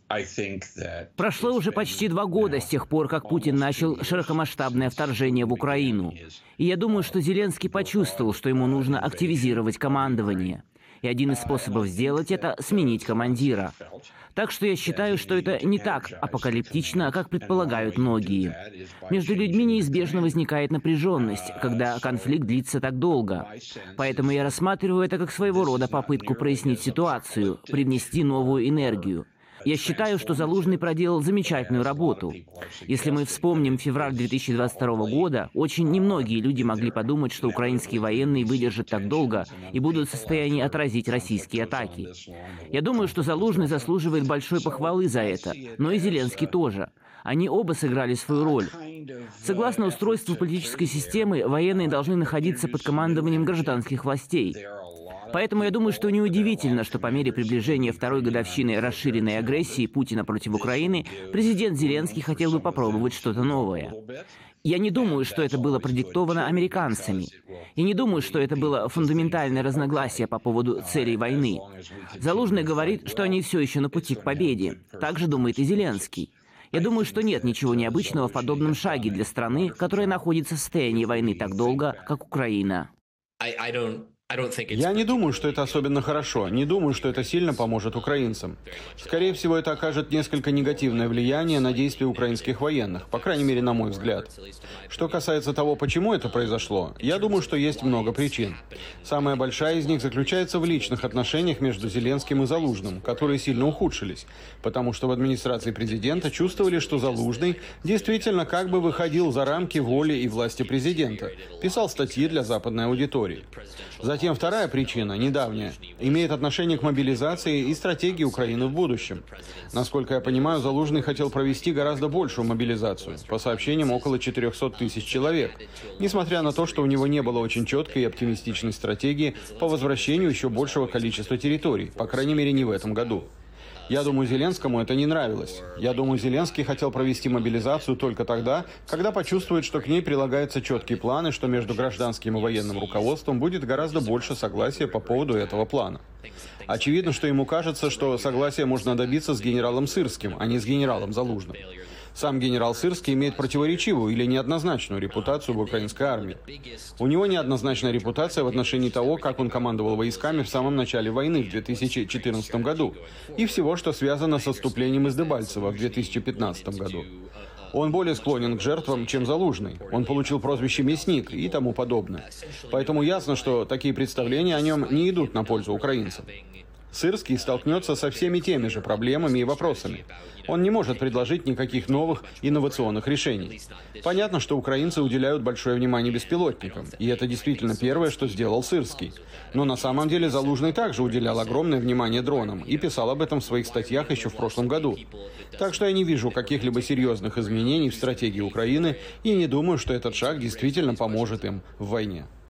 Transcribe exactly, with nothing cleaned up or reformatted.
Прошло уже почти два года с тех пор, как Путин начал широкомасштабное вторжение в Украину. И я думаю, что Зеленский почувствовал, что ему нужно активизировать командование. И один из способов сделать это — сменить командира. Так что я считаю, что это не так апокалиптично, как предполагают многие. Между людьми неизбежно возникает напряженность, когда конфликт длится так долго. Поэтому я рассматриваю это как своего рода попытку прояснить ситуацию, привнести новую энергию. Я считаю, что Залужный проделал замечательную работу. Если мы вспомним февраль две тысячи двадцать второго года, очень немногие люди могли подумать, что украинские военные выдержат так долго и будут в состоянии отразить российские атаки. Я думаю, что Залужный заслуживает большой похвалы за это, но и Зеленский тоже. Они оба сыграли свою роль. Согласно устройству политической системы, военные должны находиться под командованием гражданских властей. Поэтому я думаю, что неудивительно, что по мере приближения второй годовщины расширенной агрессии Путина против Украины, президент Зеленский хотел бы попробовать что-то новое. Я не думаю, что это было продиктовано американцами. И не думаю, что это было фундаментальное разногласие по поводу целей войны. Залужный говорит, что они все еще на пути к победе. Так же думает и Зеленский. Я думаю, что нет ничего необычного в подобном шаге для страны, которая находится в состоянии войны так долго, как Украина. Я не думаю, что это особенно хорошо, не думаю, что это сильно поможет украинцам. Скорее всего, это окажет несколько негативное влияние на действия украинских военных, по крайней мере, на мой взгляд. Что касается того, почему это произошло, я думаю, что есть много причин. Самая большая из них заключается в личных отношениях между Зеленским и Залужным, которые сильно ухудшились, потому что в администрации президента чувствовали, что Залужный действительно как бы выходил за рамки воли и власти президента, писал статьи для западной аудитории. Затем вторая причина, недавняя, имеет отношение к мобилизации и стратегии Украины в будущем. Насколько я понимаю, Залужный хотел провести гораздо большую мобилизацию, по сообщениям около четырехсот тысяч человек, несмотря на то, что у него не было очень четкой и оптимистичной стратегии по возвращению еще большего количества территорий, по крайней мере не в этом году. Я думаю, Зеленскому это не нравилось. Я думаю, Зеленский хотел провести мобилизацию только тогда, когда почувствует, что к ней прилагаются четкие планы, что между гражданским и военным руководством будет гораздо больше согласия по поводу этого плана. Очевидно, что ему кажется, что согласия можно добиться с генералом Сырским, а не с генералом Залужным. Сам генерал Сырский имеет противоречивую или неоднозначную репутацию в украинской армии. У него неоднозначная репутация в отношении того, как он командовал войсками в самом начале войны в две тысячи четырнадцатом году и всего, что связано с отступлением из Дебальцево в две тысячи пятнадцатом году. Он более склонен к жертвам, чем Залужный. Он получил прозвище «Мясник» и тому подобное. Поэтому ясно, что такие представления о нем не идут на пользу украинцам. Сырский столкнется со всеми теми же проблемами и вопросами. Он не может предложить никаких новых инновационных решений. Понятно, что украинцы уделяют большое внимание беспилотникам, и это действительно первое, что сделал Сырский. Но на самом деле Залужный также уделял огромное внимание дронам и писал об этом в своих статьях еще в прошлом году. Так что я не вижу каких-либо серьезных изменений в стратегии Украины и не думаю, что этот шаг действительно поможет им в войне.